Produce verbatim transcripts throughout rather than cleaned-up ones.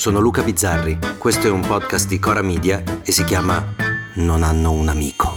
sono Luca Bizzarri, questo è un podcast di Cora Media e si chiama Non hanno un amico.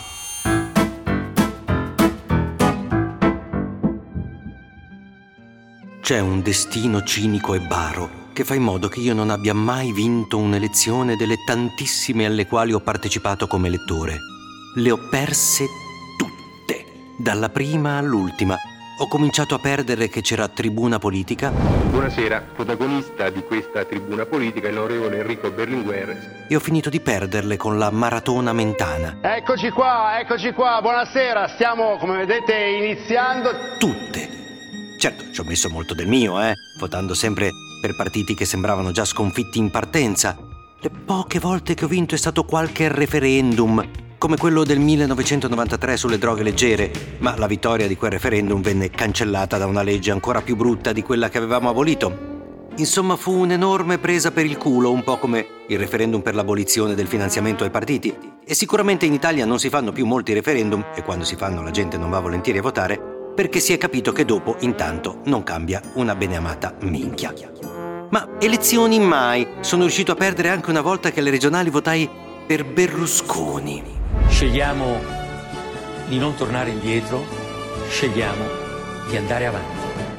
C'è un destino cinico e baro che fa in modo che io non abbia mai vinto un'elezione delle tantissime alle quali ho partecipato come elettore. Le ho perse tutte, dalla prima all'ultima. Ho cominciato a perdere che c'era tribuna politica. Buonasera, protagonista di questa tribuna politica è l'onorevole Enrico Berlinguer. E ho finito di perderle con la maratona mentana. Eccoci qua, eccoci qua, buonasera, stiamo, come vedete, iniziando. Tutte. Certo, ci ho messo molto del mio, eh, votando sempre per partiti che sembravano già sconfitti in partenza. Le poche volte che ho vinto è stato qualche referendum, come quello del millenovecentonovantatré sulle droghe leggere, ma la vittoria di quel referendum venne cancellata da una legge ancora più brutta di quella che avevamo abolito. Insomma, fu un'enorme presa per il culo, un po' come il referendum per l'abolizione del finanziamento ai partiti. E sicuramente in Italia non si fanno più molti referendum, e quando si fanno la gente non va volentieri a votare, perché si è capito che dopo, intanto, non cambia una beneamata minchia. Ma elezioni mai! Sono riuscito a perdere anche una volta che alle regionali votai per Berlusconi. Scegliamo di non tornare indietro, scegliamo di andare avanti.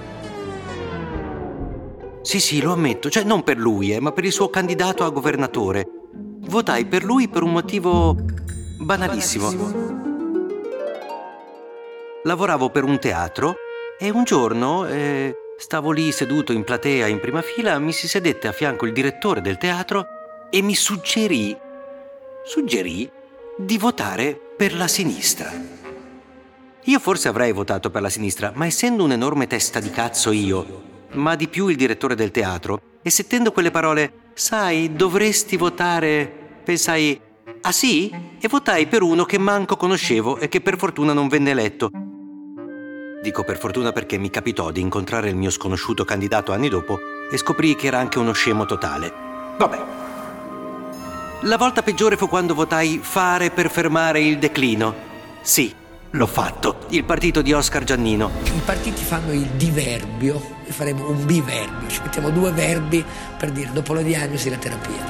Sì, sì, lo ammetto, cioè non per lui, eh, ma per il suo candidato a governatore. Votai per lui per un motivo banalissimo. Lavoravo per un teatro e un giorno eh, stavo lì seduto in platea in prima fila, mi si sedette a fianco il direttore del teatro e mi suggerì, suggerì di votare per la sinistra. Io forse avrei votato per la sinistra, ma essendo un enorme testa di cazzo io, ma di più il direttore del teatro, e sentendo quelle parole, sai, dovresti votare, pensai, ah sì? E votai per uno che manco conoscevo e che per fortuna non venne eletto. Dico per fortuna perché mi capitò di incontrare il mio sconosciuto candidato anni dopo e scoprì che era anche uno scemo totale. Vabbè. La volta peggiore fu quando votai Fare per fermare il declino. Sì, l'ho fatto. Il partito di Oscar Giannino. I partiti fanno il diverbio, noi faremo un biverbio, ci mettiamo due verbi per dire dopo la diagnosi la terapia.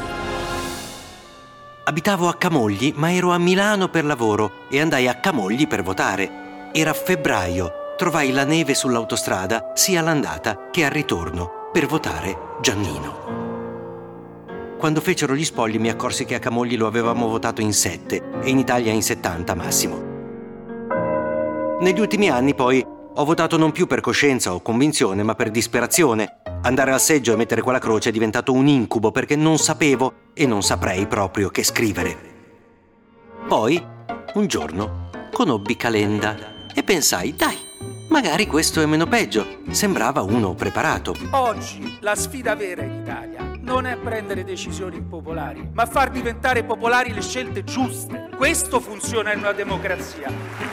Abitavo a Camogli, ma ero a Milano per lavoro e andai a Camogli per votare. Era febbraio. Trovai la neve sull'autostrada sia all'andata che al ritorno per votare Giannino. Quando fecero gli spogli mi accorsi che a Camogli lo avevamo votato in sette e in Italia in settanta massimo. Negli ultimi anni poi ho votato non più per coscienza o convinzione ma per disperazione. Andare al seggio e mettere quella croce è diventato un incubo perché non sapevo e non saprei proprio che scrivere. Poi, un giorno, conobbi Calenda e pensai, dai, magari questo è meno peggio. Sembrava uno preparato. Oggi la sfida vera in Italia non è prendere decisioni impopolari, ma far diventare popolari le scelte giuste. Questo funziona in una democrazia.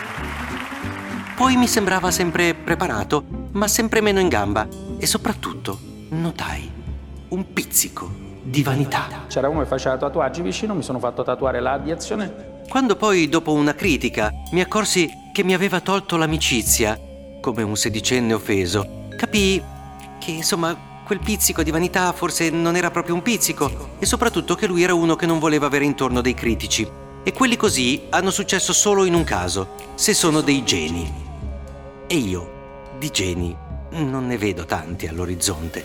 Poi mi sembrava sempre preparato, ma sempre meno in gamba. E soprattutto notai un pizzico di vanità. C'era uno che faceva tatuaggi vicino, mi sono fatto tatuare la adiazione. Quando poi, dopo una critica, mi accorsi che mi aveva tolto l'amicizia, come un sedicenne offeso, capii che, insomma, quel pizzico di vanità forse non era proprio un pizzico e soprattutto che lui era uno che non voleva avere intorno dei critici. E quelli così hanno successo solo in un caso, se sono dei geni. E io, di geni, non ne vedo tanti all'orizzonte.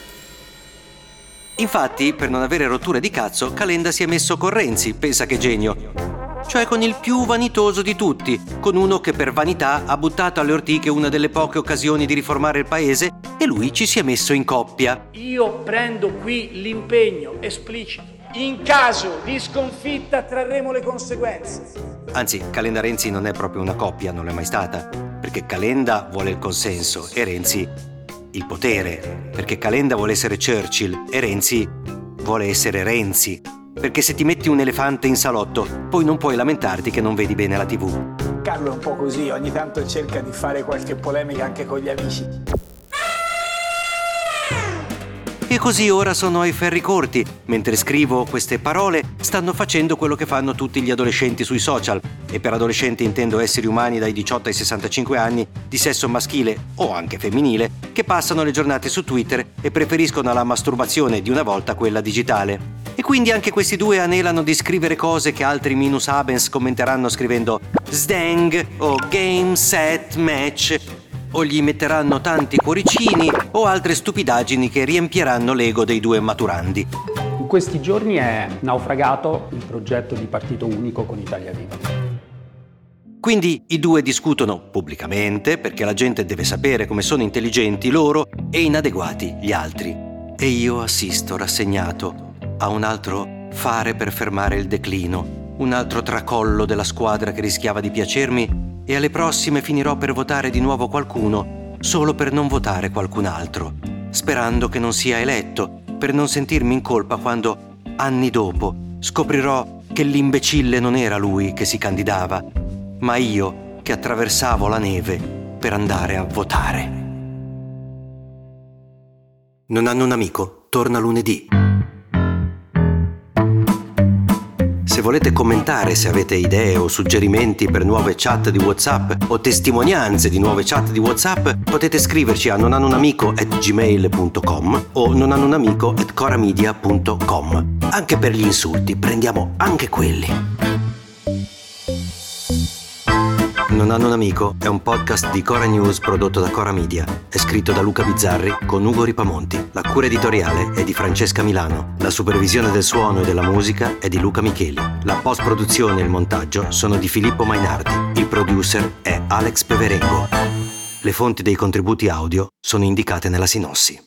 Infatti, per non avere rotture di cazzo, Calenda si è messo con Renzi, pensa che genio. Cioè con il più vanitoso di tutti, con uno che per vanità ha buttato alle ortiche una delle poche occasioni di riformare il paese e lui ci si è messo in coppia. Io prendo qui l'impegno esplicito. In caso di sconfitta trarremo le conseguenze. Anzi, Calenda Renzi non è proprio una coppia, non è mai stata, perché Calenda vuole il consenso e Renzi il potere, perché Calenda vuole essere Churchill e Renzi vuole essere Renzi. Perché se ti metti un elefante in salotto, poi non puoi lamentarti che non vedi bene la tivù. Carlo è un po' così, ogni tanto cerca di fare qualche polemica anche con gli amici. E così ora sono ai ferri corti. Mentre scrivo queste parole, stanno facendo quello che fanno tutti gli adolescenti sui social. E per adolescenti intendo esseri umani dai diciotto ai sessantacinque anni, di sesso maschile o anche femminile, che passano le giornate su Twitter e preferiscono alla masturbazione di una volta quella digitale. E quindi anche questi due anelano di scrivere cose che altri minus abens commenteranno scrivendo Sdang o Game Set Match, o gli metteranno tanti cuoricini o altre stupidaggini che riempieranno l'ego dei due maturandi. In questi giorni è naufragato il progetto di partito unico con Italia Viva. Quindi i due discutono pubblicamente, perché la gente deve sapere come sono intelligenti loro e inadeguati gli altri. E io assisto rassegnato a un altro fare per fermare il declino, un altro tracollo della squadra che rischiava di piacermi, e alle prossime finirò per votare di nuovo qualcuno solo per non votare qualcun altro, sperando che non sia eletto, per non sentirmi in colpa quando, anni dopo, scoprirò che l'imbecille non era lui che si candidava, ma io che attraversavo la neve per andare a votare. Non hanno un amico? Torna lunedì. Se volete commentare, se avete idee o suggerimenti per nuove chat di WhatsApp o testimonianze di nuove chat di WhatsApp, potete scriverci a nonhannounamico at gmail punto com o nonhannounamico at coramedia punto com. Anche per gli insulti, prendiamo anche quelli. Non hanno un amico è un podcast di Cora News prodotto da Cora Media. È scritto da Luca Bizzarri con Ugo Ripamonti. La cura editoriale è di Francesca Milano. La supervisione del suono e della musica è di Luca Micheli. La post-produzione e il montaggio sono di Filippo Mainardi. Il producer è Alex Peverengo. Le fonti dei contributi audio sono indicate nella sinossi.